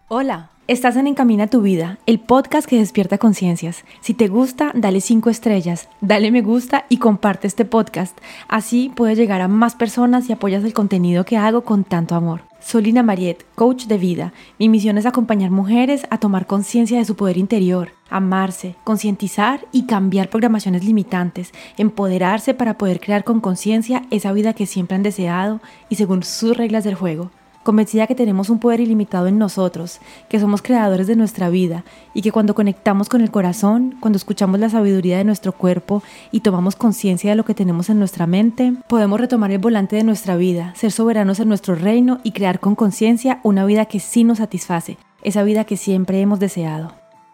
Hola, estás en Encamina tu Vida, el podcast que despierta conciencias. Si te gusta, dale 5 estrellas, dale me gusta y comparte este podcast. Así puedes llegar a más personas y apoyas el contenido que hago con tanto amor. Soy Lina Mariet, coach de vida. Mi misión es acompañar mujeres a tomar conciencia de su poder interior, amarse, concientizar y cambiar programaciones limitantes, empoderarse para poder crear con conciencia esa vida que siempre han deseado y según sus reglas del juego. Convencida que tenemos un poder ilimitado en nosotros, que somos creadores de nuestra vida y que cuando conectamos con el corazón, cuando escuchamos la sabiduría de nuestro cuerpo y tomamos conciencia de lo que tenemos en nuestra mente, podemos retomar el volante de nuestra vida, ser soberanos en nuestro reino y crear con conciencia una vida que sí nos satisface, esa vida que siempre hemos deseado.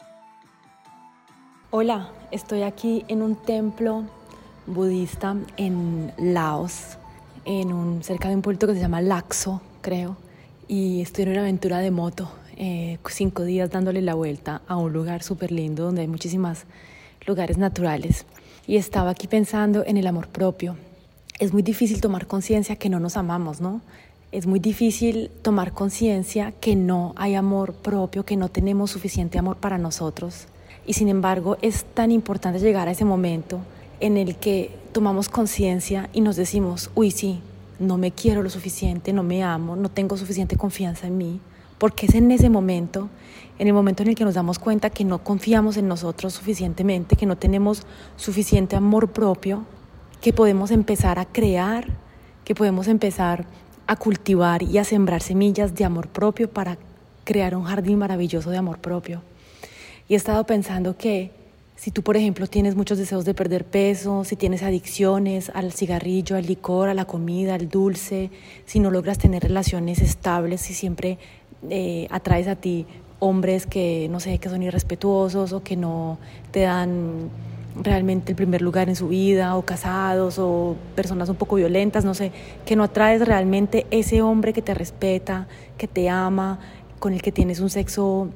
Hola, estoy aquí en un templo budista en Laos, cerca de un pueblito que se llama Laxo, creo, y estoy en una aventura de moto, 5 días dándole la vuelta a un lugar súper lindo donde hay muchísimos lugares naturales. Y estaba aquí pensando en el amor propio. Es muy difícil tomar conciencia que no nos amamos, ¿no? Es muy difícil tomar conciencia que no hay amor propio, que no tenemos suficiente amor para nosotros. Y sin embargo, es tan importante llegar a ese momento en el que tomamos conciencia y nos decimos, uy, sí, no me quiero lo suficiente, no me amo, no tengo suficiente confianza en mí, porque es en ese momento, en el momento en el que nos damos cuenta que no confiamos en nosotros suficientemente, que no tenemos suficiente amor propio, que podemos empezar a crear, que podemos empezar a cultivar y a sembrar semillas de amor propio para crear un jardín maravilloso de amor propio. Y he estado pensando que si tú, por ejemplo, tienes muchos deseos de perder peso, si tienes adicciones al cigarrillo, al licor, a la comida, al dulce, si no logras tener relaciones estables, si siempre atraes a ti hombres que, no sé, que son irrespetuosos o que no te dan realmente el primer lugar en su vida, o casados, o personas un poco violentas, no sé, que no atraes realmente ese hombre que te respeta, que te ama, con el que tienes un sexo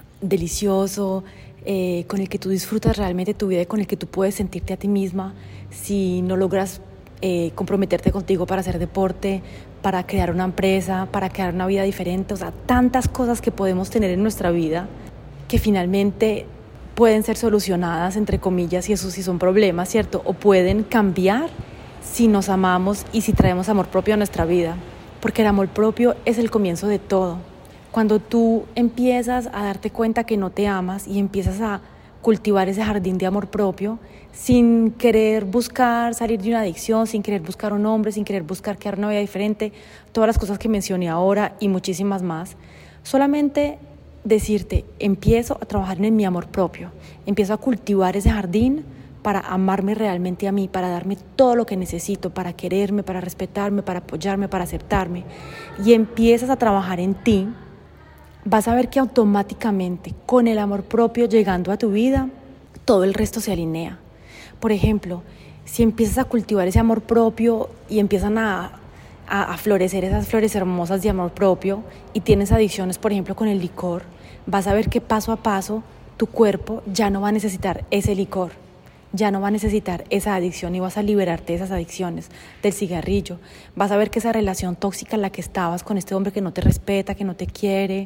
delicioso, con el que tú disfrutas realmente tu vida y con el que tú puedes sentirte a ti misma, si no logras comprometerte contigo para hacer deporte, para crear una empresa, para crear una vida diferente, o sea, tantas cosas que podemos tener en nuestra vida que finalmente pueden ser solucionadas, entre comillas, y eso sí son problemas, ¿cierto? O pueden cambiar si nos amamos y si traemos amor propio a nuestra vida, porque el amor propio es el comienzo de todo. Cuando tú empiezas a darte cuenta que no te amas y empiezas a cultivar ese jardín de amor propio sin querer buscar salir de una adicción, sin querer buscar un hombre, sin querer buscar crear una vida diferente, todas las cosas que mencioné ahora y muchísimas más, solamente decirte, empiezo a trabajar en mi amor propio, empiezo a cultivar ese jardín para amarme realmente a mí, para darme todo lo que necesito, para quererme, para respetarme, para apoyarme, para aceptarme, y empiezas a trabajar en ti. Vas a ver que automáticamente, con el amor propio llegando a tu vida, todo el resto se alinea. Por ejemplo, si empiezas a cultivar ese amor propio y empiezan a florecer esas flores hermosas de amor propio y tienes adicciones, por ejemplo, con el licor, vas a ver que paso a paso tu cuerpo ya no va a necesitar ese licor, ya no va a necesitar esa adicción y vas a liberarte de esas adicciones, del cigarrillo. Vas a ver que esa relación tóxica en la que estabas con este hombre que no te respeta, que no te quiere,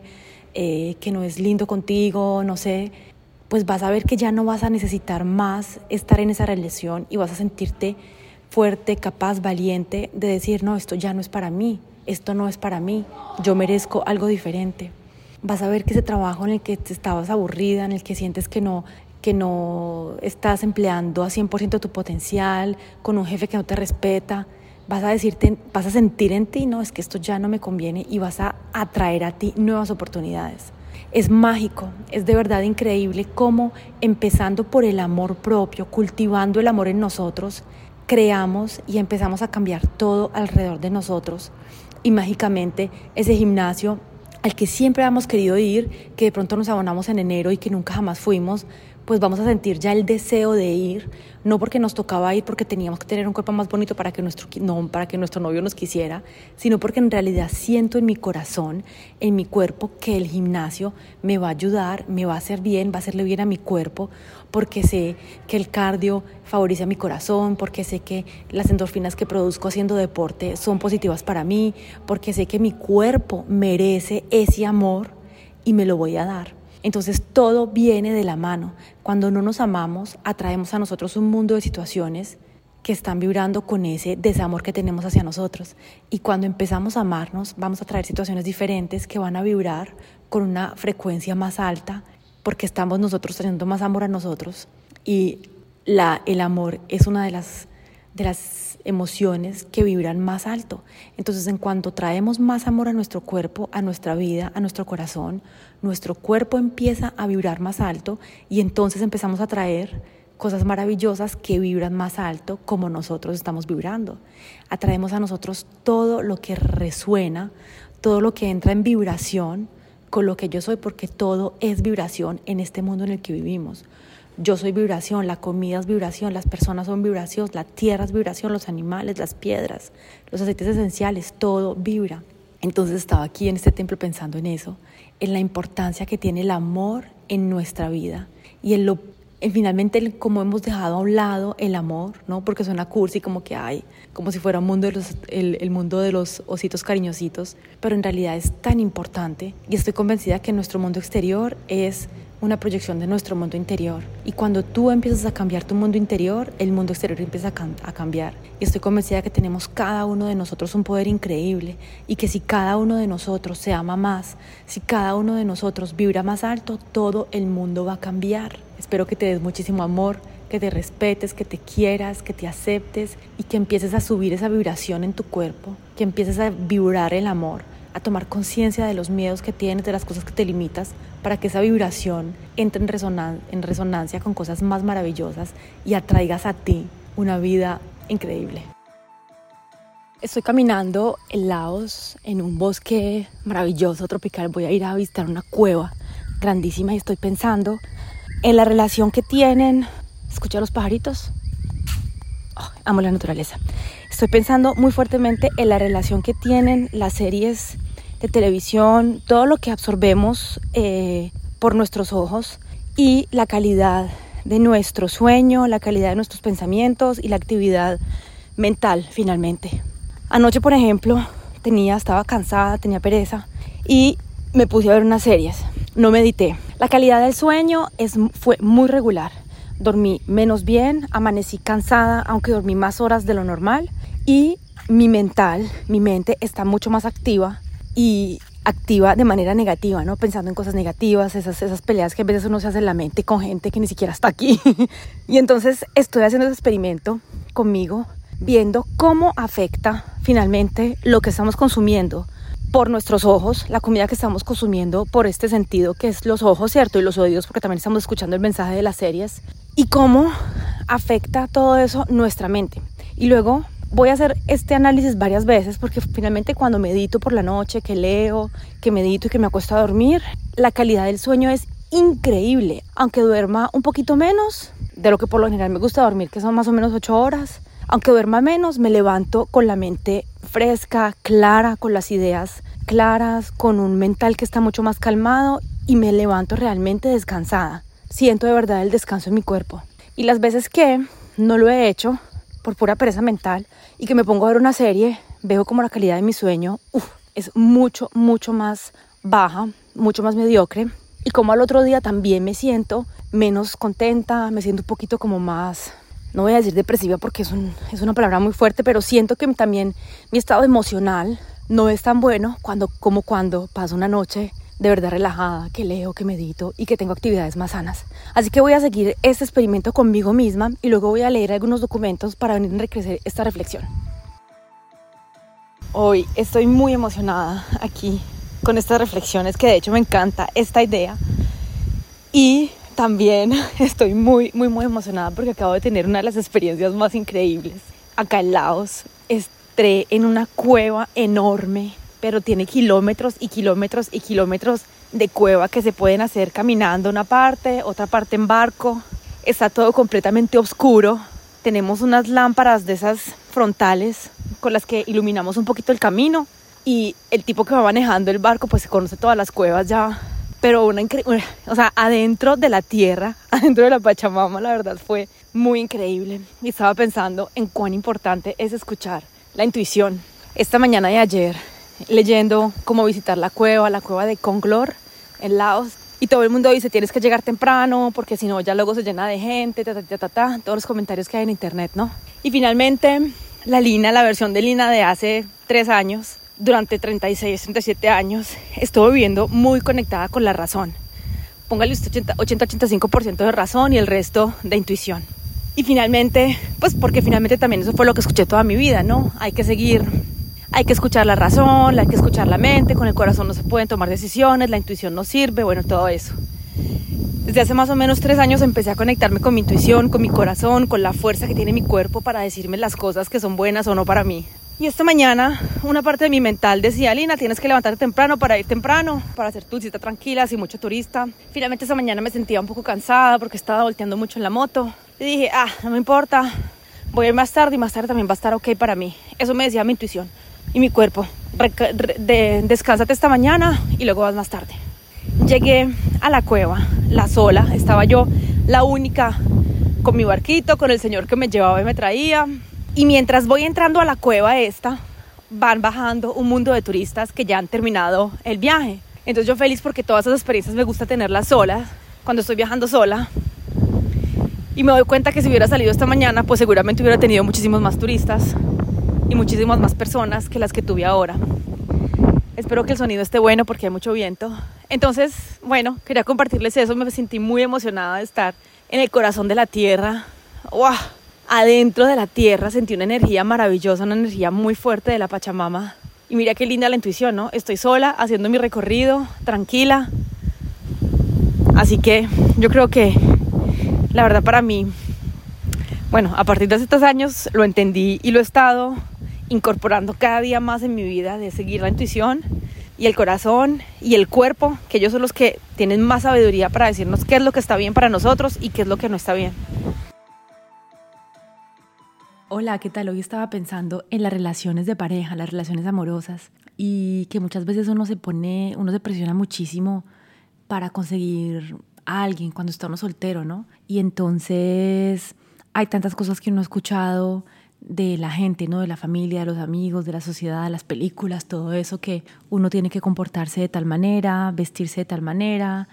que no es lindo contigo, no sé, pues vas a ver que ya no vas a necesitar más estar en esa relación y vas a sentirte fuerte, capaz, valiente de decir, no, esto ya no es para mí, esto no es para mí, yo merezco algo diferente. Vas a ver que ese trabajo en el que te estabas aburrida, en el que sientes que no estás empleando a 100% tu potencial, con un jefe que no te respeta, vas a sentir en ti, no, es que esto ya no me conviene, y vas a atraer a ti nuevas oportunidades. Es mágico, es de verdad increíble cómo, empezando por el amor propio, cultivando el amor en nosotros, creamos y empezamos a cambiar todo alrededor de nosotros, y mágicamente ese gimnasio al que siempre hemos querido ir, que de pronto nos abonamos en enero y que nunca jamás fuimos, pues vamos a sentir ya el deseo de ir, no porque nos tocaba ir, porque teníamos que tener un cuerpo más bonito para que nuestro novio nos quisiera, sino porque en realidad siento en mi corazón, en mi cuerpo, que el gimnasio me va a ayudar, me va a hacer bien, va a hacerle bien a mi cuerpo, porque sé que el cardio favorece a mi corazón, porque sé que las endorfinas que produzco haciendo deporte son positivas para mí, porque sé que mi cuerpo merece ese amor y me lo voy a dar. Entonces todo viene de la mano. Cuando no nos amamos, atraemos a nosotros un mundo de situaciones que están vibrando con ese desamor que tenemos hacia nosotros. Y cuando empezamos a amarnos, vamos a traer situaciones diferentes que van a vibrar con una frecuencia más alta, porque estamos nosotros trayendo más amor a nosotros. Y el amor es una de las emociones que vibran más alto. Entonces, en cuanto traemos más amor a nuestro cuerpo, a nuestra vida, a nuestro corazón, nuestro cuerpo empieza a vibrar más alto y entonces empezamos a traer cosas maravillosas que vibran más alto como nosotros estamos vibrando. Atraemos a nosotros todo lo que resuena, todo lo que entra en vibración con lo que yo soy, porque todo es vibración en este mundo en el que vivimos. Yo soy vibración, la comida es vibración, las personas son vibración, la tierra es vibración, los animales, las piedras, los aceites esenciales, todo vibra. Entonces estaba aquí en este templo pensando en eso, en la importancia que tiene el amor en nuestra vida y finalmente cómo hemos dejado a un lado el amor, ¿no? Porque suena cursi, como que hay, como si fuera el mundo de los ositos cariñositos, pero en realidad es tan importante y estoy convencida que nuestro mundo exterior es una proyección de nuestro mundo interior. Y cuando tú empiezas a cambiar tu mundo interior, el mundo exterior empieza a cambiar. Y estoy convencida que tenemos cada uno de nosotros un poder increíble y que si cada uno de nosotros se ama más, si cada uno de nosotros vibra más alto, todo el mundo va a cambiar. Espero que te des muchísimo amor, que te respetes, que te quieras, que te aceptes y que empieces a subir esa vibración en tu cuerpo, que empieces a vibrar el amor, a tomar conciencia de los miedos que tienes, de las cosas que te limitas, para que esa vibración entre en resonancia con cosas más maravillosas y atraigas a ti una vida increíble. Estoy caminando en Laos, en un bosque maravilloso, tropical. Voy a ir a visitar una cueva grandísima y estoy pensando en la relación que tienen. ¿Escucha los pajaritos? Oh, amo la naturaleza. Estoy pensando muy fuertemente en la relación que tienen las series de televisión, todo lo que absorbemos por nuestros ojos y la calidad de nuestro sueño, la calidad de nuestros pensamientos y la actividad mental finalmente. Anoche, por ejemplo, estaba cansada, tenía pereza y me puse a ver unas series, no medité. La calidad del sueño fue muy regular. Dormí menos bien, amanecí cansada, aunque dormí más horas de lo normal y mi mente está mucho más activa y activa de manera negativa, ¿no? Pensando en cosas negativas, esas peleas que a veces uno se hace en la mente con gente que ni siquiera está aquí. Y entonces estoy haciendo ese experimento conmigo, viendo cómo afecta finalmente lo que estamos consumiendo por nuestros ojos, la comida que estamos consumiendo por este sentido que es los ojos, ¿cierto? Y los oídos, porque también estamos escuchando el mensaje de las series. Y cómo afecta todo eso nuestra mente. Y luego voy a hacer este análisis varias veces porque finalmente cuando medito por la noche, que leo, que medito y que me acuesto a dormir, la calidad del sueño es increíble. Aunque duerma un poquito menos de lo que por lo general me gusta dormir, que son más o menos 8 horas, aunque duerma menos, me levanto con la mente fresca, clara, con las ideas claras, con un mental que está mucho más calmado y me levanto realmente descansada. Siento de verdad el descanso en mi cuerpo. Y las veces que no lo he hecho por pura pereza mental y que me pongo a ver una serie, veo como la calidad de mi sueño es mucho, mucho más baja, mucho más mediocre. Y como al otro día también me siento menos contenta, me siento un poquito como más, no voy a decir depresiva porque es una palabra muy fuerte, pero siento que también mi estado emocional no es tan bueno como cuando paso una noche de verdad relajada, que leo, que medito y que tengo actividades más sanas. Así que voy a seguir este experimento conmigo misma y luego voy a leer algunos documentos para venir a enriquecer esta reflexión. Hoy estoy muy emocionada aquí con estas reflexiones, que de hecho me encanta esta idea. Y también estoy muy, muy, muy emocionada porque acabo de tener una de las experiencias más increíbles. Acá en Laos entré en una cueva enorme, pero tiene kilómetros y kilómetros y kilómetros de cueva que se pueden hacer caminando una parte, otra parte en barco. Está todo completamente oscuro. Tenemos unas lámparas de esas frontales con las que iluminamos un poquito el camino y el tipo que va manejando el barco pues se conoce todas las cuevas ya, pero adentro de la tierra, adentro de la Pachamama, la verdad fue muy increíble. Y estaba pensando en cuán importante es escuchar la intuición. Esta mañana de ayer, leyendo cómo visitar la cueva de Konglor, en Laos. Y todo el mundo dice, tienes que llegar temprano, porque si no ya luego se llena de gente, todos los comentarios que hay en internet, ¿no? Y finalmente, la versión de Lina de hace 3 años, durante 36, 37 años, estuve viviendo muy conectada con la razón. Póngale usted 80-85% de razón y el resto de intuición. Y finalmente, pues porque finalmente también eso fue lo que escuché toda mi vida, ¿no? Hay que escuchar la razón, hay que escuchar la mente, con el corazón no se pueden tomar decisiones, la intuición no sirve, bueno, todo eso. Desde hace más o menos 3 años empecé a conectarme con mi intuición, con mi corazón, con la fuerza que tiene mi cuerpo para decirme las cosas que son buenas o no para mí. Y esta mañana una parte de mi mental decía, Lina, tienes que levantarte temprano para ir temprano, para hacer tu cita tranquila, sin mucho turista. Finalmente esta mañana me sentía un poco cansada porque estaba volteando mucho en la moto. Y dije, no me importa, voy a ir más tarde y más tarde también va a estar ok para mí. Eso me decía mi intuición y mi cuerpo. Descánsate esta mañana y luego vas más tarde. Llegué a la cueva, sola, estaba yo la única con mi barquito, con el señor que me llevaba y me traía. Y mientras voy entrando a la cueva van bajando un mundo de turistas que ya han terminado el viaje. Entonces yo feliz porque todas esas experiencias me gusta tenerlas solas, cuando estoy viajando sola. Y me doy cuenta que si hubiera salido esta mañana, pues seguramente hubiera tenido muchísimos más turistas y muchísimas más personas que las que tuve ahora. Espero que el sonido esté bueno porque hay mucho viento. Entonces, bueno, quería compartirles eso. Me sentí muy emocionada de estar en el corazón de la tierra. ¡Wow! Adentro de la tierra sentí una energía maravillosa, una energía muy fuerte de la Pachamama. Y mira qué linda la intuición, ¿no? Estoy sola, haciendo mi recorrido, tranquila. Así que yo creo que, la verdad para mí, bueno, a partir de estos años lo entendí y lo he estado incorporando cada día más en mi vida, de seguir la intuición y el corazón y el cuerpo, que ellos son los que tienen más sabiduría para decirnos qué es lo que está bien para nosotros y qué es lo que no está bien. Hola, ¿qué tal? Hoy estaba pensando en las relaciones de pareja, las relaciones amorosas, y que muchas veces uno se presiona muchísimo para conseguir a alguien cuando está uno soltero, ¿no? Y entonces hay tantas cosas que uno ha escuchado de la gente, ¿no? De la familia, de los amigos, de la sociedad, de las películas, todo eso, que uno tiene que comportarse de tal manera, vestirse de tal manera,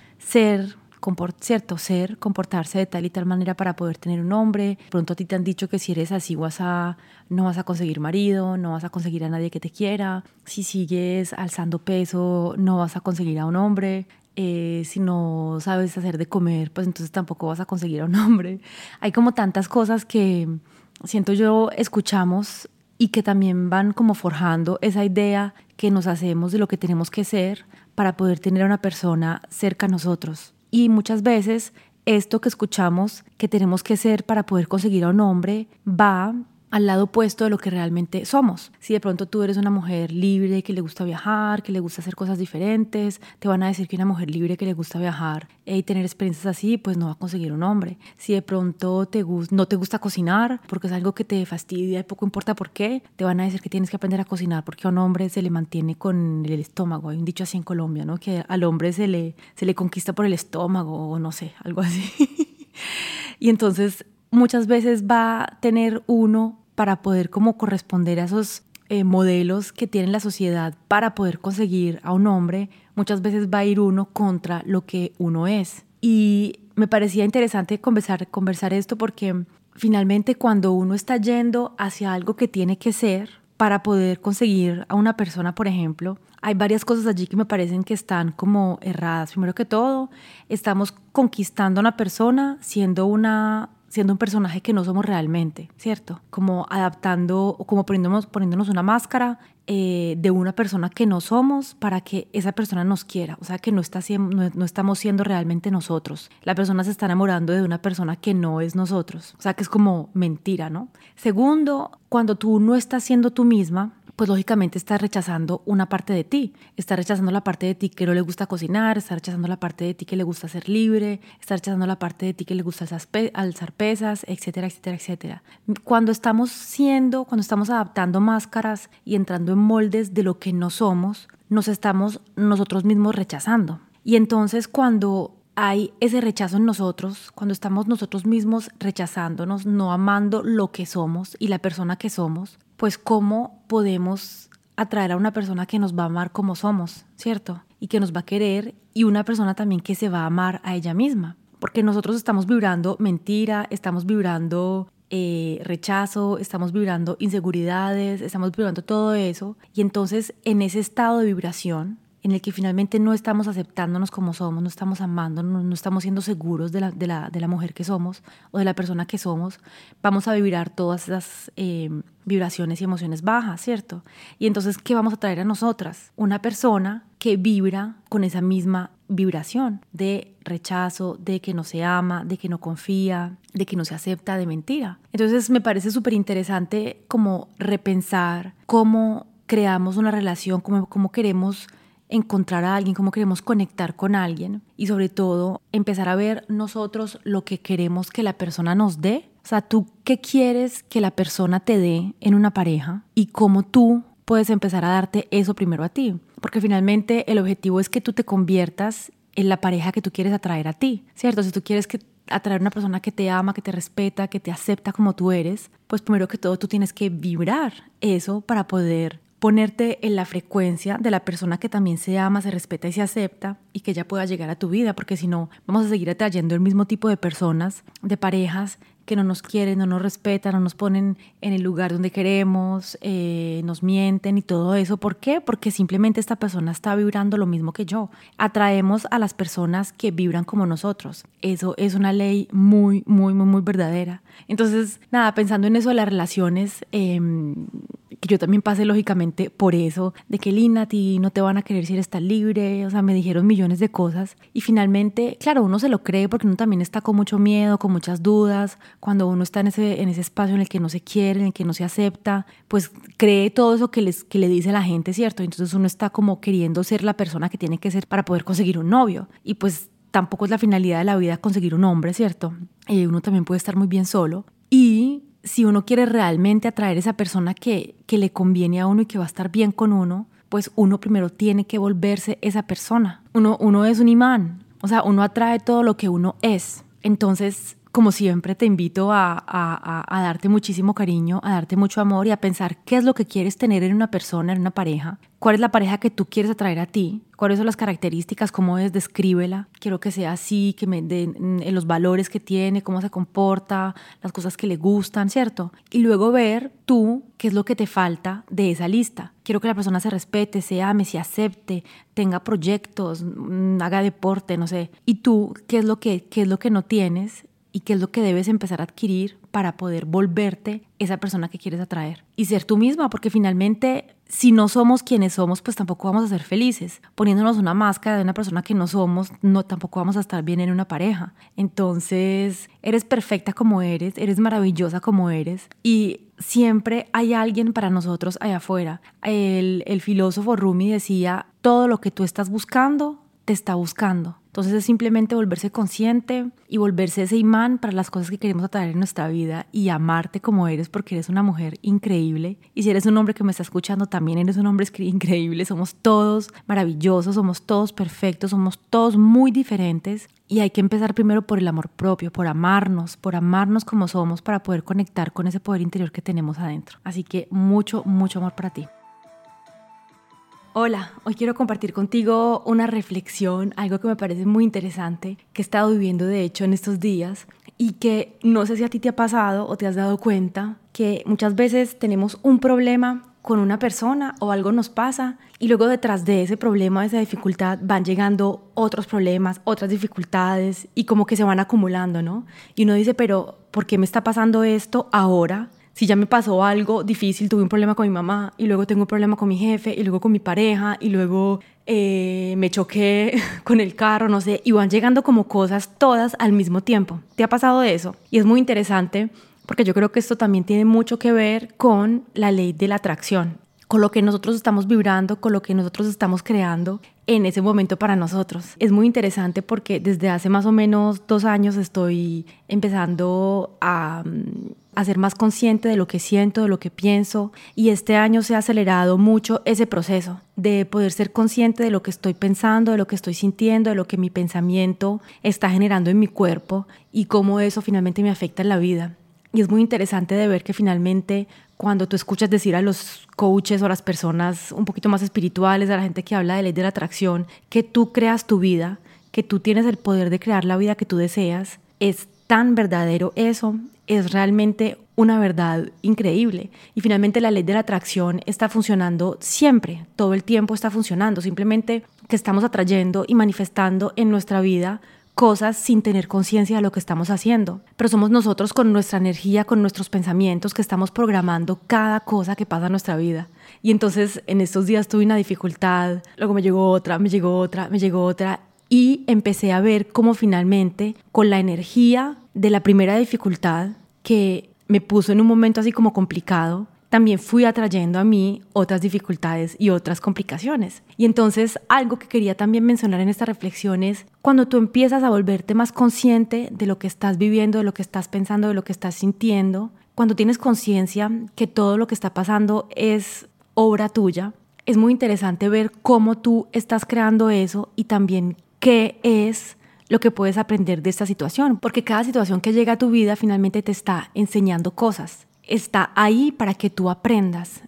comportarse de tal y tal manera para poder tener un hombre. Pronto a ti te han dicho que si eres así no vas a conseguir marido, no vas a conseguir a nadie que te quiera. Si sigues alzando peso, no vas a conseguir a un hombre. Si no sabes hacer de comer, pues entonces tampoco vas a conseguir a un hombre. Hay como tantas cosas que siento yo escuchamos y que también van como forjando esa idea que nos hacemos de lo que tenemos que ser para poder tener a una persona cerca a nosotros. Y muchas veces esto que escuchamos que tenemos que ser para poder conseguir a un hombre va al lado opuesto de lo que realmente somos. Si de pronto tú eres una mujer libre que le gusta viajar, que le gusta hacer cosas diferentes, te van a decir que una mujer libre que le gusta viajar y tener experiencias así, pues no va a conseguir un hombre. Si de pronto no te gusta cocinar, porque es algo que te fastidia y poco importa por qué, te van a decir que tienes que aprender a cocinar porque a un hombre se le mantiene con el estómago. Hay un dicho así en Colombia, ¿no? Que al hombre se le conquista por el estómago o no sé, algo así. Y entonces muchas veces va a tener uno para poder como corresponder a esos modelos que tiene la sociedad para poder conseguir a un hombre, muchas veces va a ir uno contra lo que uno es. Y me parecía interesante conversar esto porque finalmente cuando uno está yendo hacia algo que tiene que ser para poder conseguir a una persona, por ejemplo, hay varias cosas allí que me parecen que están como erradas. Primero que todo, estamos conquistando a una persona siendo un personaje que no somos realmente, ¿cierto? Como adaptando o como poniéndonos una máscara de una persona que no somos para que esa persona nos quiera. O sea, que no estamos siendo realmente nosotros. La persona se está enamorando de una persona que no es nosotros. O sea, que es como mentira, ¿no? Segundo, cuando tú no estás siendo tú misma, pues lógicamente estás rechazando una parte de ti. Estás rechazando la parte de ti que no le gusta cocinar, estás rechazando la parte de ti que le gusta ser libre, estás rechazando la parte de ti que le gusta alzar pesas, etcétera, etcétera, etcétera. Cuando estamos adaptando máscaras y entrando en moldes de lo que no somos, nos estamos nosotros mismos rechazando. Y entonces cuando hay ese rechazo en nosotros, cuando estamos nosotros mismos rechazándonos, no amando lo que somos y la persona que somos, pues ¿cómo podemos atraer a una persona que nos va a amar como somos, ¿cierto? Y que nos va a querer, y una persona también que se va a amar a ella misma. Porque nosotros estamos vibrando mentira, estamos vibrando rechazo, estamos vibrando inseguridades, estamos vibrando todo eso. Y entonces en ese estado de vibración, en el que finalmente no estamos aceptándonos como somos, no estamos amándonos, no estamos siendo seguros de la mujer que somos o de la persona que somos, vamos a vibrar todas esas vibraciones y emociones bajas, ¿cierto? Y entonces, ¿qué vamos a traer a nosotras? Una persona que vibra con esa misma vibración de rechazo, de que no se ama, de que no confía, de que no se acepta, de mentira. Entonces me parece súper interesante como repensar cómo creamos una relación, cómo queremos encontrar a alguien, cómo queremos conectar con alguien y sobre todo empezar a ver nosotros lo que queremos que la persona nos dé. O sea, tú qué quieres que la persona te dé en una pareja y cómo tú puedes empezar a darte eso primero a ti. Porque finalmente el objetivo es que tú te conviertas en la pareja que tú quieres atraer a ti, ¿cierto? Si tú quieres atraer a una persona que te ama, que te respeta, que te acepta como tú eres, pues primero que todo tú tienes que vibrar eso para poder ponerte en la frecuencia de la persona que también se ama, se respeta y se acepta y que ella pueda llegar a tu vida, porque si no vamos a seguir atrayendo el mismo tipo de personas, de parejas que no nos quieren, no nos respetan, no nos ponen en el lugar donde queremos, nos mienten y todo eso. ¿Por qué? Porque simplemente esta persona está vibrando lo mismo que yo. Atraemos a las personas que vibran como nosotros. Eso es una ley muy, muy, muy, muy verdadera. Entonces, nada, pensando en eso de las relaciones, que yo también pasé lógicamente por eso, de que Lina, a ti no te van a querer si eres tan libre, o sea, me dijeron millones de cosas y finalmente, claro, uno se lo cree porque uno también está con mucho miedo, con muchas dudas, cuando uno está en ese espacio en el que no se quiere, en el que no se acepta, pues cree todo eso que le dice la gente, ¿cierto? Entonces uno está como queriendo ser la persona que tiene que ser para poder conseguir un novio y pues tampoco es la finalidad de la vida conseguir un hombre, ¿cierto? Uno también puede estar muy bien solo y si uno quiere realmente atraer a esa persona que le conviene a uno y que va a estar bien con uno, pues uno primero tiene que volverse esa persona. Uno es un imán, o sea, uno atrae todo lo que uno es. Entonces, como siempre, te invito a darte muchísimo cariño, a darte mucho amor y a pensar qué es lo que quieres tener en una persona, en una pareja. ¿Cuál es la pareja que tú quieres atraer a ti? ¿Cuáles son las características? ¿Cómo es? Descríbela. Quiero que sea así, que me den los valores que tiene, cómo se comporta, las cosas que le gustan, ¿cierto? Y luego ver tú qué es lo que te falta de esa lista. Quiero que la persona se respete, se ame, se acepte, tenga proyectos, haga deporte, no sé. Y tú, qué es lo que no tienes y qué es lo que debes empezar a adquirir para poder volverte esa persona que quieres atraer y ser tú misma, porque finalmente si no somos quienes somos, pues tampoco vamos a ser felices. Poniéndonos una máscara de una persona que no somos, no, tampoco vamos a estar bien en una pareja. Entonces, eres perfecta como eres maravillosa como eres y siempre hay alguien para nosotros allá afuera. El filósofo Rumi decía, todo lo que tú estás buscando, te está buscando. Entonces es simplemente volverse consciente y volverse ese imán para las cosas que queremos atraer en nuestra vida y amarte como eres porque eres una mujer increíble. Y si eres un hombre que me está escuchando, también eres un hombre increíble. Somos todos maravillosos, somos todos perfectos, somos todos muy diferentes. Y hay que empezar primero por el amor propio, por amarnos como somos para poder conectar con ese poder interior que tenemos adentro. Así que mucho, mucho amor para ti. Hola, hoy quiero compartir contigo una reflexión, algo que me parece muy interesante, que he estado viviendo de hecho en estos días y que no sé si a ti te ha pasado o te has dado cuenta que muchas veces tenemos un problema con una persona o algo nos pasa y luego detrás de ese problema, de esa dificultad van llegando otros problemas, otras dificultades y como que se van acumulando, ¿no? Y uno dice, pero ¿por qué me está pasando esto ahora? Si ya me pasó algo difícil, tuve un problema con mi mamá y luego tengo un problema con mi jefe y luego con mi pareja y luego me choqué con el carro, no sé, y van llegando como cosas todas al mismo tiempo. ¿Te ha pasado eso? Y es muy interesante porque yo creo que esto también tiene mucho que ver con la ley de la atracción, con lo que nosotros estamos vibrando, con lo que nosotros estamos creando en ese momento para nosotros. Es muy interesante porque desde hace más o menos 2 años estoy empezando a ser más consciente de lo que siento, de lo que pienso y este año se ha acelerado mucho ese proceso de poder ser consciente de lo que estoy pensando, de lo que estoy sintiendo, de lo que mi pensamiento está generando en mi cuerpo y cómo eso finalmente me afecta en la vida. Y es muy interesante de ver que finalmente cuando tú escuchas decir a los coaches o a las personas un poquito más espirituales, a la gente que habla de ley de la atracción, que tú creas tu vida, que tú tienes el poder de crear la vida que tú deseas, es tan verdadero eso, es realmente una verdad increíble. Y finalmente la ley de la atracción está funcionando siempre, todo el tiempo está funcionando, simplemente que estamos atrayendo y manifestando en nuestra vida cosas sin tener conciencia de lo que estamos haciendo. Pero somos nosotros con nuestra energía, con nuestros pensamientos, que estamos programando cada cosa que pasa en nuestra vida. Y entonces en estos días tuve una dificultad, luego me llegó otra, y empecé a ver cómo finalmente con la energía de la primera dificultad que me puso en un momento así como complicado, también fui atrayendo a mí otras dificultades y otras complicaciones. Y entonces algo que quería también mencionar en esta reflexión es cuando tú empiezas a volverte más consciente de lo que estás viviendo, de lo que estás pensando, de lo que estás sintiendo, cuando tienes conciencia que todo lo que está pasando es obra tuya, es muy interesante ver cómo tú estás creando eso y también qué es lo que puedes aprender de esta situación, porque cada situación que llega a tu vida finalmente te está enseñando cosas. Está ahí para que tú aprendas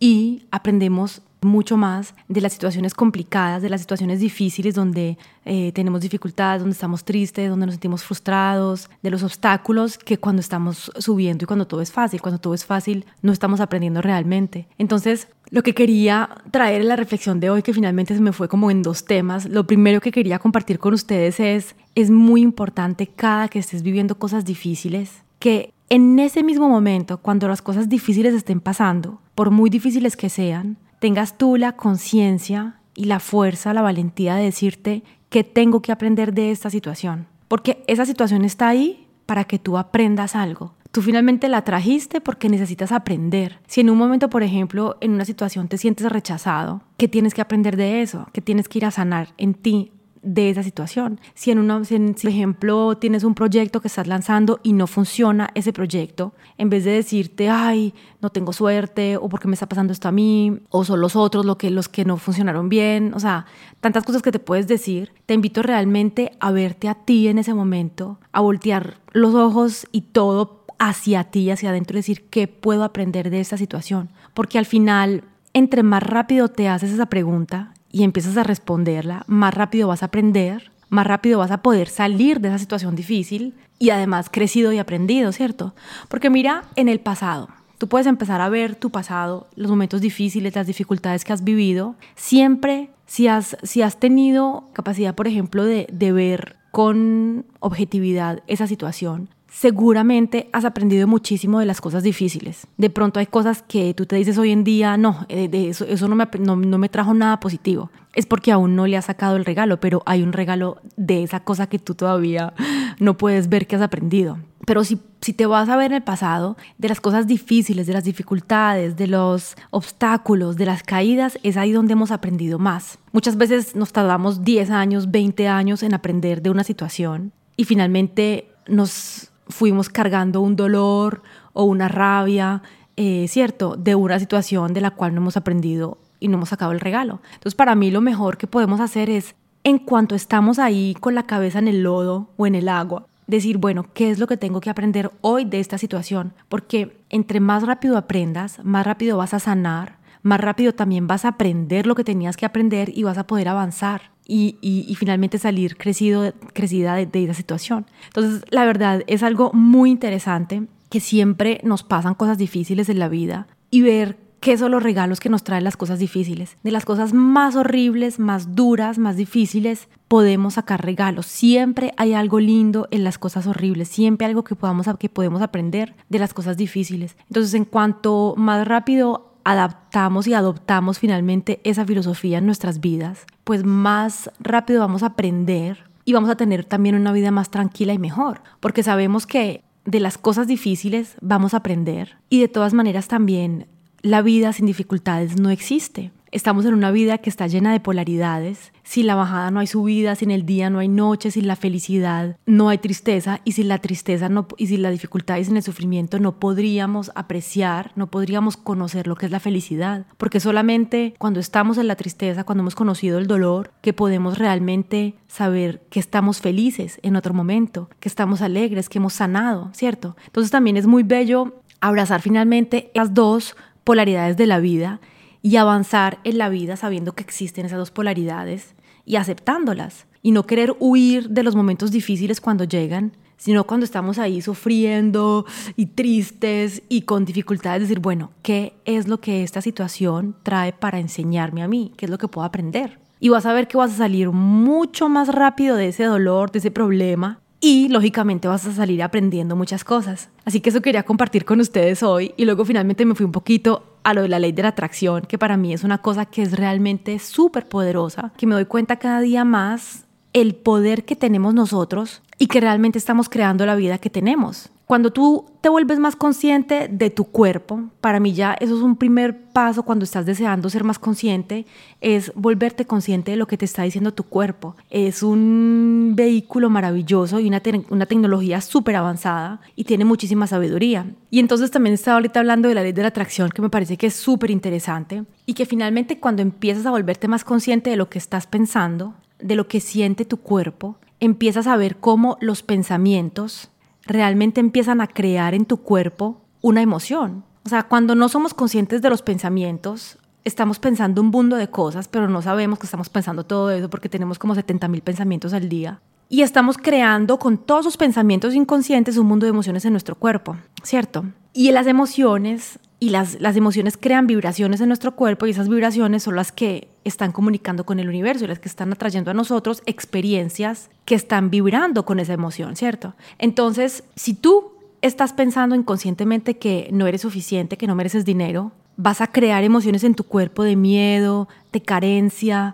y aprendemos mucho más de las situaciones complicadas, de las situaciones difíciles donde tenemos dificultades, donde estamos tristes, donde nos sentimos frustrados, de los obstáculos que cuando estamos subiendo y cuando todo es fácil. Cuando todo es fácil no estamos aprendiendo realmente. Entonces, lo que quería traer en la reflexión de hoy, que finalmente se me fue como en 2 temas, lo primero que quería compartir con ustedes es muy importante cada que estés viviendo cosas difíciles, que en ese mismo momento, cuando las cosas difíciles estén pasando, por muy difíciles que sean, tengas tú la conciencia y la fuerza, la valentía de decirte que tengo que aprender de esta situación. Porque esa situación está ahí para que tú aprendas algo. Tú finalmente la trajiste porque necesitas aprender. Si en un momento, por ejemplo, en una situación te sientes rechazado, ¿qué tienes que aprender de eso? ¿Qué tienes que ir a sanar en ti de esa situación? Si, por ejemplo, tienes un proyecto que estás lanzando y no funciona ese proyecto, en vez de decirte, ay, no tengo suerte, o por qué me está pasando esto a mí, o son los otros los que no funcionaron bien, o sea, tantas cosas que te puedes decir, te invito realmente a verte a ti en ese momento, a voltear los ojos y todo hacia ti, hacia adentro, y decir, ¿qué puedo aprender de esta situación? Porque al final, entre más rápido te haces esa pregunta y empiezas a responderla, más rápido vas a aprender, más rápido vas a poder salir de esa situación difícil y además crecido y aprendido, ¿cierto? Porque mira, en el pasado, tú puedes empezar a ver tu pasado, los momentos difíciles, las dificultades que has vivido. Siempre, si has tenido capacidad, por ejemplo, de ver con objetividad esa situación, seguramente has aprendido muchísimo de las cosas difíciles. De pronto hay cosas que tú te dices hoy en día, no, de eso no me trajo nada positivo. Es porque aún no le has sacado el regalo, pero hay un regalo de esa cosa que tú todavía no puedes ver que has aprendido. Pero si te vas a ver en el pasado, de las cosas difíciles, de las dificultades, de los obstáculos, de las caídas, es ahí donde hemos aprendido más. Muchas veces nos tardamos 10 años, 20 años en aprender de una situación y finalmente nos fuimos cargando un dolor o una rabia, ¿cierto?, de una situación de la cual no hemos aprendido y no hemos sacado el regalo. Entonces, para mí lo mejor que podemos hacer es, en cuanto estamos ahí con la cabeza en el lodo o en el agua, decir, bueno, ¿qué es lo que tengo que aprender hoy de esta situación? Porque entre más rápido aprendas, más rápido vas a sanar, más rápido también vas a aprender lo que tenías que aprender y vas a poder avanzar y finalmente salir crecida de esa situación. Entonces, la verdad es algo muy interesante que siempre nos pasan cosas difíciles en la vida y ver qué son los regalos que nos traen las cosas difíciles. De las cosas más horribles, más duras, más difíciles, podemos sacar regalos. Siempre hay algo lindo en las cosas horribles, siempre hay algo que podemos aprender de las cosas difíciles. Entonces, en cuanto más rápido adaptamos y adoptamos finalmente esa filosofía en nuestras vidas, pues más rápido vamos a aprender y vamos a tener también una vida más tranquila y mejor, porque sabemos que de las cosas difíciles vamos a aprender y de todas maneras también la vida sin dificultades no existe. Estamos en una vida que está llena de polaridades. Sin la bajada no hay subida, sin el día no hay noche, sin la felicidad no hay tristeza, y sin la tristeza y sin la dificultad y sin el sufrimiento no podríamos apreciar, no podríamos conocer lo que es la felicidad, porque solamente cuando estamos en la tristeza, cuando hemos conocido el dolor, que podemos realmente saber que estamos felices en otro momento, que estamos alegres, que hemos sanado, ¿cierto? Entonces también es muy bello abrazar finalmente las dos polaridades de la vida y avanzar en la vida sabiendo que existen esas dos polaridades y aceptándolas, y no querer huir de los momentos difíciles cuando llegan, sino cuando estamos ahí sufriendo y tristes y con dificultades, decir, bueno, ¿qué es lo que esta situación trae para enseñarme a mí? ¿Qué es lo que puedo aprender? Y vas a ver que vas a salir mucho más rápido de ese dolor, de ese problema, y lógicamente vas a salir aprendiendo muchas cosas. Así que eso quería compartir con ustedes hoy, y luego finalmente me fui un poquito a lo de la ley de la atracción, que para mí es una cosa que es realmente súper poderosa, que me doy cuenta cada día más el poder que tenemos nosotros y que realmente estamos creando la vida que tenemos. Cuando tú te vuelves más consciente de tu cuerpo, para mí ya eso es un primer paso cuando estás deseando ser más consciente, es volverte consciente de lo que te está diciendo tu cuerpo. Es un vehículo maravilloso y una tecnología súper avanzada y tiene muchísima sabiduría. Y entonces también estaba ahorita hablando de la ley de la atracción, que me parece que es súper interesante, y que finalmente cuando empiezas a volverte más consciente de lo que estás pensando, de lo que siente tu cuerpo, empiezas a ver cómo los pensamientos realmente empiezan a crear en tu cuerpo una emoción. O sea, cuando no somos conscientes de los pensamientos, estamos pensando un mundo de cosas, pero no sabemos que estamos pensando todo eso porque tenemos como 70,000 pensamientos al día. Y estamos creando con todos esos pensamientos inconscientes un mundo de emociones en nuestro cuerpo, ¿cierto? Y las emociones crean vibraciones en nuestro cuerpo, y esas vibraciones son las que están comunicando con el universo y las que están atrayendo a nosotros experiencias que están vibrando con esa emoción, ¿cierto? Entonces, si tú estás pensando inconscientemente que no eres suficiente, que no mereces dinero, vas a crear emociones en tu cuerpo de miedo, de carencia,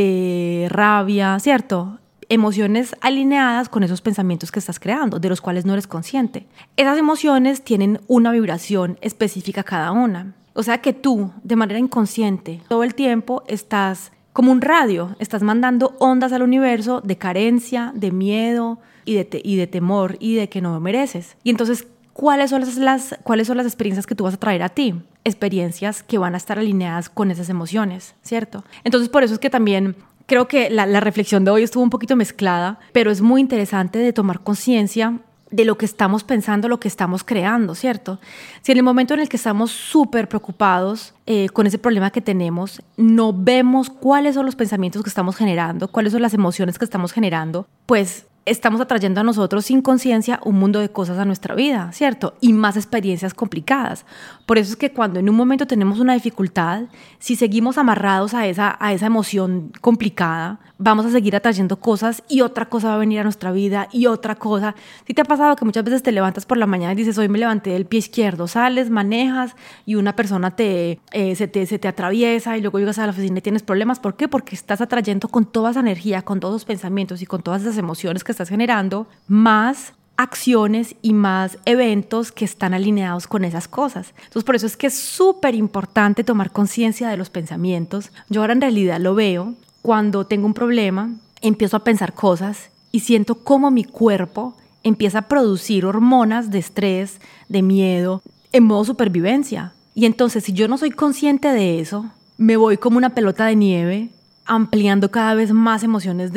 de rabia, ¿cierto? Emociones alineadas con esos pensamientos que estás creando, de los cuales no eres consciente. Esas emociones tienen una vibración específica cada una. O sea que tú, de manera inconsciente, todo el tiempo estás como un radio, estás mandando ondas al universo de carencia, de miedo y de temor y de que no lo mereces. Y entonces, ¿cuáles son las experiencias que tú vas a traer a ti? Experiencias que van a estar alineadas con esas emociones, ¿cierto? Entonces, por eso es que también creo que la reflexión de hoy estuvo un poquito mezclada, pero es muy interesante de tomar conciencia de lo que estamos pensando, lo que estamos creando, ¿cierto? Si en el momento en el que estamos súper preocupados con ese problema que tenemos, no vemos cuáles son los pensamientos que estamos generando, cuáles son las emociones que estamos generando, pues estamos atrayendo a nosotros sin conciencia un mundo de cosas a nuestra vida, ¿cierto? Y más experiencias complicadas. Por eso es que cuando en un momento tenemos una dificultad, si seguimos amarrados a esa emoción complicada, vamos a seguir atrayendo cosas y otra cosa va a venir a nuestra vida y otra cosa. ¿Sí te ha pasado que muchas veces te levantas por la mañana y dices, hoy me levanté del pie izquierdo, sales, manejas y una persona se te atraviesa y luego llegas a la oficina y tienes problemas? ¿Por qué? Porque estás atrayendo con toda esa energía, con todos los pensamientos y con todas esas emociones que estás generando, más acciones y más eventos que están alineados con esas cosas. Entonces, por eso es que es súper importante tomar conciencia de los pensamientos. Yo ahora en realidad lo veo cuando tengo un problema, empiezo a pensar cosas y siento cómo mi cuerpo empieza a producir hormonas de estrés, de miedo, en modo supervivencia. Y entonces, si yo no soy consciente de eso, me voy como una pelota de nieve, ampliando cada vez más emociones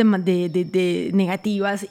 de negativas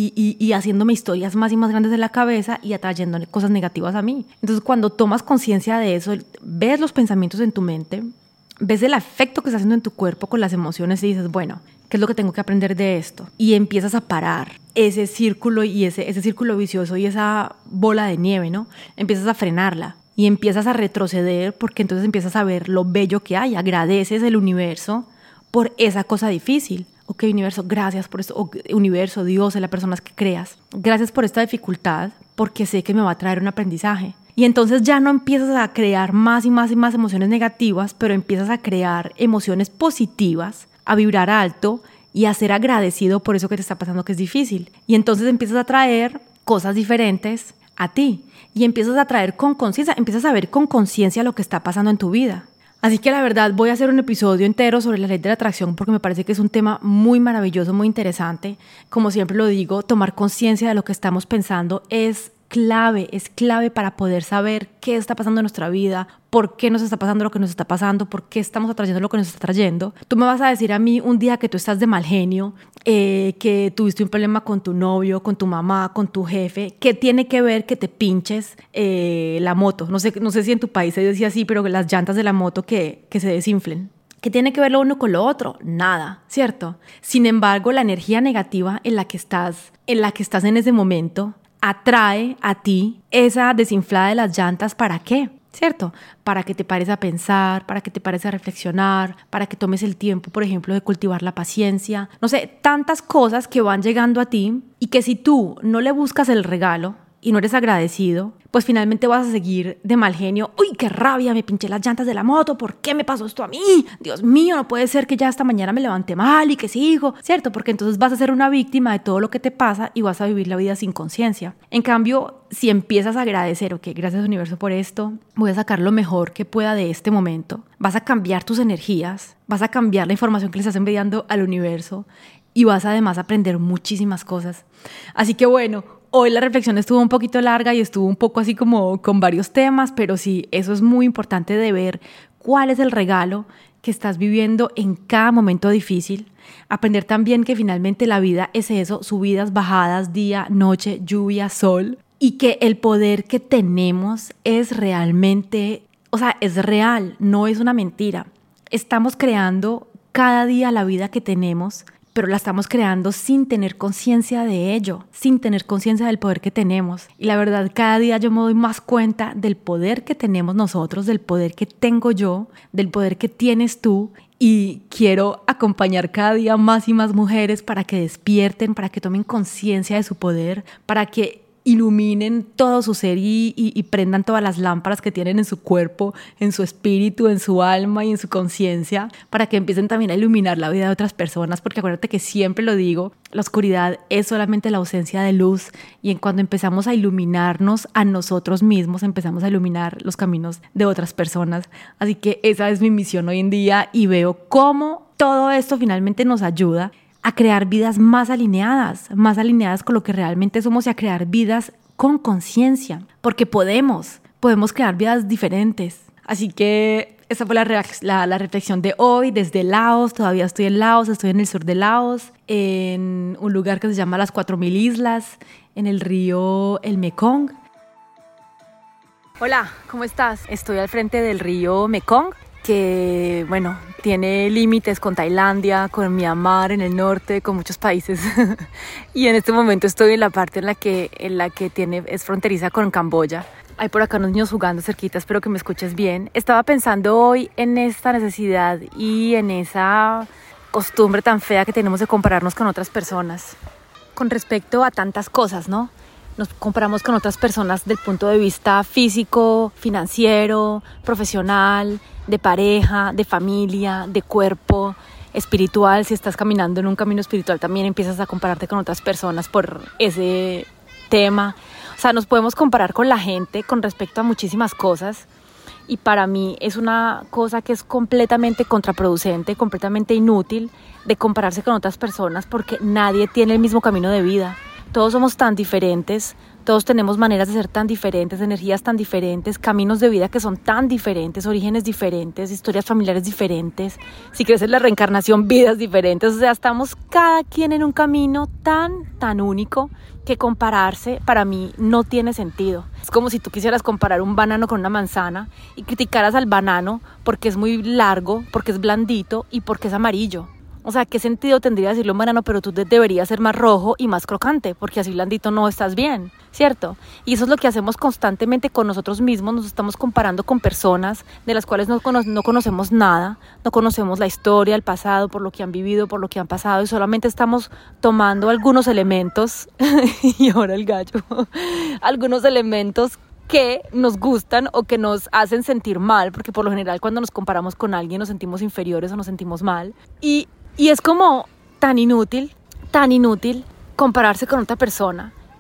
y haciéndome historias más y más grandes en la cabeza y atrayendo cosas negativas a mí. Entonces, cuando tomas conciencia de eso, ves los pensamientos en tu mente, ves el efecto que está haciendo en tu cuerpo con las emociones y dices, bueno, ¿qué es lo que tengo que aprender de esto? Y empiezas a parar ese círculo y ese círculo vicioso y esa bola de nieve, ¿no? Empiezas a frenarla y empiezas a retroceder, porque entonces empiezas a ver lo bello que hay. Agradeces el universo por esa cosa difícil. Ok, universo, gracias por esto. Universo, Dios, las personas que creas. Gracias por esta dificultad, porque sé que me va a traer un aprendizaje. Y entonces ya no empiezas a crear más y más y más emociones negativas, pero empiezas a crear emociones positivas, a vibrar alto y a ser agradecido por eso que te está pasando que es difícil. Y entonces empiezas a traer cosas diferentes a ti. Y empiezas a traer con conciencia, empiezas a ver con conciencia lo que está pasando en tu vida. Así que la verdad voy a hacer un episodio entero sobre la ley de la atracción porque me parece que es un tema muy maravilloso, muy interesante. Como siempre lo digo, tomar conciencia de lo que estamos pensando es clave para poder saber qué está pasando en nuestra vida, por qué nos está pasando lo que nos está pasando, por qué estamos atrayendo lo que nos está trayendo. Tú me vas a decir a mí un día que tú estás de mal genio, que tuviste un problema con tu novio, con tu mamá, con tu jefe, ¿qué tiene que ver que te pinches la moto? No sé si en tu país se decía así, pero las llantas de la moto que se desinflen. ¿Qué tiene que ver lo uno con lo otro? Nada, ¿cierto? Sin embargo, la energía negativa en la que estás en ese momento atrae a ti esa desinflada de las llantas. ¿Para qué? ¿Cierto? Para que te pares a pensar, para que te pares a reflexionar, para que tomes el tiempo, por ejemplo, de cultivar la paciencia. No sé, tantas cosas que van llegando a ti y que si tú no le buscas el regalo y no eres agradecido, pues finalmente vas a seguir de mal genio. ¡Uy, qué rabia! Me pinché las llantas de la moto. ¿Por qué me pasó esto a mí? Dios mío, no puede ser que ya esta mañana me levanté mal y que sigo, ¿cierto? Porque entonces vas a ser una víctima de todo lo que te pasa y vas a vivir la vida sin conciencia. En cambio, si empiezas a agradecer, ok, gracias universo por esto, voy a sacar lo mejor que pueda de este momento, vas a cambiar tus energías, vas a cambiar la información que le estás enviando al universo y vas además a aprender muchísimas cosas. Así que bueno, hoy la reflexión estuvo un poquito larga y estuvo un poco así como con varios temas, pero sí, eso es muy importante de ver cuál es el regalo que estás viviendo en cada momento difícil. Aprender también que finalmente la vida es eso, subidas, bajadas, día, noche, lluvia, sol, y que el poder que tenemos es realmente, o sea, es real, no es una mentira. Estamos creando cada día la vida que tenemos, pero la estamos creando sin tener conciencia de ello, sin tener conciencia del poder que tenemos. Y la verdad, cada día yo me doy más cuenta del poder que tenemos nosotros, del poder que tengo yo, del poder que tienes tú. Y quiero acompañar cada día más y más mujeres para que despierten, para que tomen conciencia de su poder, para que iluminen todo su ser y prendan todas las lámparas que tienen en su cuerpo, en su espíritu, en su alma y en su conciencia, para que empiecen también a iluminar la vida de otras personas, porque acuérdate que siempre lo digo, la oscuridad es solamente la ausencia de luz, y en cuando empezamos a iluminarnos a nosotros mismos, empezamos a iluminar los caminos de otras personas. Así que esa es mi misión hoy en día y veo cómo todo esto finalmente nos ayuda a crear vidas más alineadas con lo que realmente somos y a crear vidas con conciencia, porque podemos crear vidas diferentes. Así que esa fue la reflexión de hoy desde Laos. Todavía estoy en Laos, estoy en el sur de Laos, en un lugar que se llama las 4000 Islas, en el río el Mekong. Hola, ¿cómo estás? Estoy al frente del río Mekong, que, bueno, tiene límites con Tailandia, con Myanmar en el norte, con muchos países. Y en este momento estoy en la parte en la que es fronteriza con Camboya. Hay por acá unos niños jugando cerquita, espero que me escuches bien. Estaba pensando hoy en esta necesidad y en esa costumbre tan fea que tenemos de compararnos con otras personas con respecto a tantas cosas, ¿no? Nos comparamos con otras personas del punto de vista físico, financiero, profesional, de pareja, de familia, de cuerpo, espiritual. Si estás caminando en un camino espiritual, también empiezas a compararte con otras personas por ese tema. O sea, nos podemos comparar con la gente con respecto a muchísimas cosas. Y para mí es una cosa que es completamente contraproducente, completamente inútil de compararse con otras personas, porque nadie tiene el mismo camino de vida. Todos somos tan diferentes, todos tenemos maneras de ser tan diferentes, energías tan diferentes, caminos de vida que son tan diferentes, orígenes diferentes, historias familiares diferentes, si crees en la reencarnación, vidas diferentes. O sea, estamos cada quien en un camino tan único que compararse para mí no tiene sentido. Es como si tú quisieras comparar un banano con una manzana y criticaras al banano porque es muy largo, porque es blandito y porque es amarillo. O sea, ¿qué sentido tendría decirle un banano, pero tú deberías ser más rojo y más crocante, porque así blandito no estás bien, ¿cierto? Y eso es lo que hacemos constantemente con nosotros mismos. Nos estamos comparando con personas de las cuales no conocemos nada, no conocemos la historia, el pasado, por lo que han vivido, por lo que han pasado, y solamente estamos tomando algunos elementos, y ahora el gallo, algunos elementos que nos gustan o que nos hacen sentir mal, porque por lo general cuando nos comparamos con alguien nos sentimos inferiores o nos sentimos mal, y es como tan inútil compararse con otra persona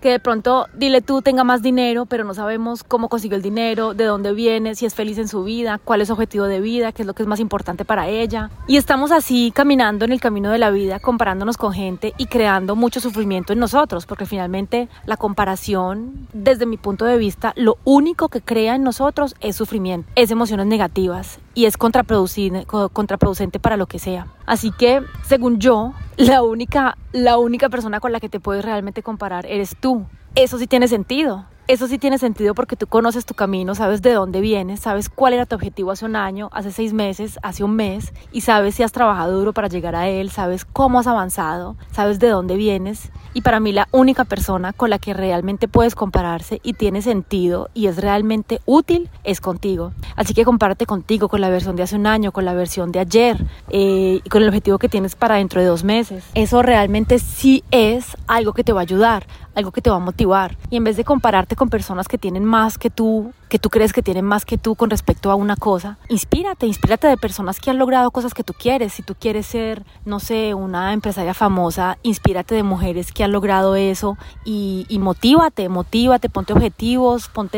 que de pronto, dile tú, tenga más dinero, pero no sabemos cómo consiguió el dinero, de dónde viene, si es feliz en su vida, cuál es su objetivo de vida, qué es lo que es más importante para ella. Y estamos así caminando en el camino de la vida, comparándonos con gente y creando mucho sufrimiento en nosotros, porque finalmente la comparación, desde mi punto de vista, lo único que crea en nosotros es sufrimiento, es emociones negativas y es contraproducente para lo que sea. Así que, según yo, la única persona con la que te puedes realmente comparar eres tú. Eso sí tiene sentido. Eso sí tiene sentido porque tú conoces tu camino, sabes de dónde vienes, sabes cuál era tu objetivo hace un año, hace 6 meses, hace un mes, y sabes si has trabajado duro para llegar a él, sabes cómo has avanzado, sabes de dónde vienes. Y para mí la única persona con la que realmente puedes compararse y tiene sentido y es realmente útil es contigo. Así que compárate contigo, con la versión de hace un año, con la versión de ayer y con el objetivo que tienes para dentro de 2 meses. Eso realmente sí es algo que te va a ayudar, algo que te va a motivar. Y en vez de compararte con personas que tienen más que tú crees que tienen más que tú con respecto a una cosa, inspírate de personas que han logrado cosas que tú quieres. Si tú quieres ser, no sé, una empresaria famosa, inspírate de mujeres que han logrado eso y motívate, ponte objetivos, ponte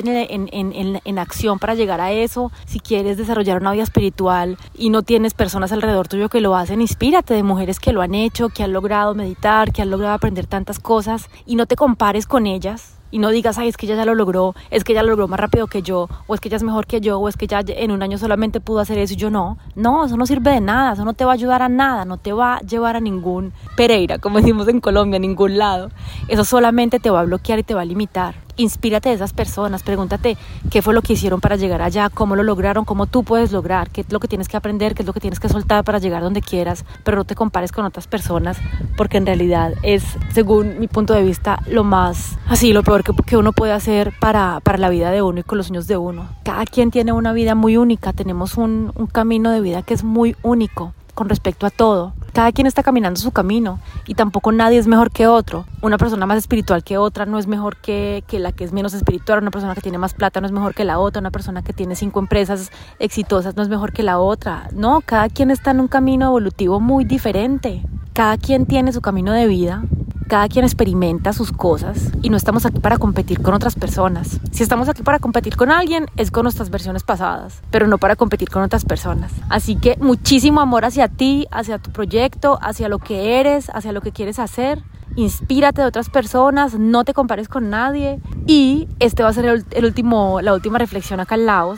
en acción para llegar a eso. Si quieres desarrollar una vida espiritual y no tienes personas alrededor tuyo que lo hacen, inspírate de mujeres que lo han hecho, que han logrado meditar, que han logrado aprender tantas cosas, y no te compares con ellas. Y no digas, ay, es que ella ya lo logró, es que ella lo logró más rápido que yo, o es que ella es mejor que yo, o es que ella en un año solamente pudo hacer eso y yo no. No, eso no sirve de nada, eso no te va a ayudar a nada, no te va a llevar a ningún Pereira, como decimos en Colombia, a ningún lado. Eso solamente te va a bloquear y te va a limitar. Inspírate de esas personas, pregúntate qué fue lo que hicieron para llegar allá, cómo lo lograron, cómo tú puedes lograr, qué es lo que tienes que aprender, qué es lo que tienes que soltar para llegar donde quieras, pero no te compares con otras personas, porque en realidad es, según mi punto de vista, lo peor que uno puede hacer para la vida de uno y con los sueños de uno. Cada quien tiene una vida muy única, tenemos un camino de vida que es muy único con respecto a todo. Cada quien está caminando su camino y tampoco nadie es mejor que otro. Una persona más espiritual que otra no es mejor que la que es menos espiritual. Una persona que tiene más plata no es mejor que la otra. Una persona que tiene 5 empresas exitosas no es mejor que la otra. No, cada quien está en un camino evolutivo muy diferente. Cada quien tiene su camino de vida. Cada quien experimenta sus cosas y no estamos aquí para competir con otras personas. Si estamos aquí para competir con alguien, es con nuestras versiones pasadas, pero no para competir con otras personas. Así que muchísimo amor hacia ti, hacia tu proyecto, hacia lo que eres, hacia lo que quieres hacer. Inspírate de otras personas, no te compares con nadie. Y este va a ser la última reflexión acá en Laos.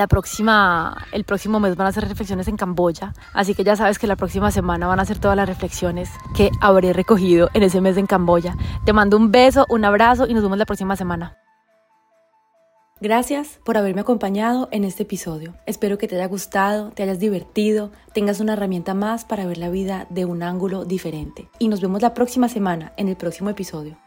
El próximo mes van a ser reflexiones en Camboya, así que ya sabes que la próxima semana van a ser todas las reflexiones que habré recogido en ese mes en Camboya. Te mando un beso, un abrazo y nos vemos la próxima semana. Gracias por haberme acompañado en este episodio. Espero que te haya gustado, te hayas divertido, tengas una herramienta más para ver la vida de un ángulo diferente. Y nos vemos la próxima semana en el próximo episodio.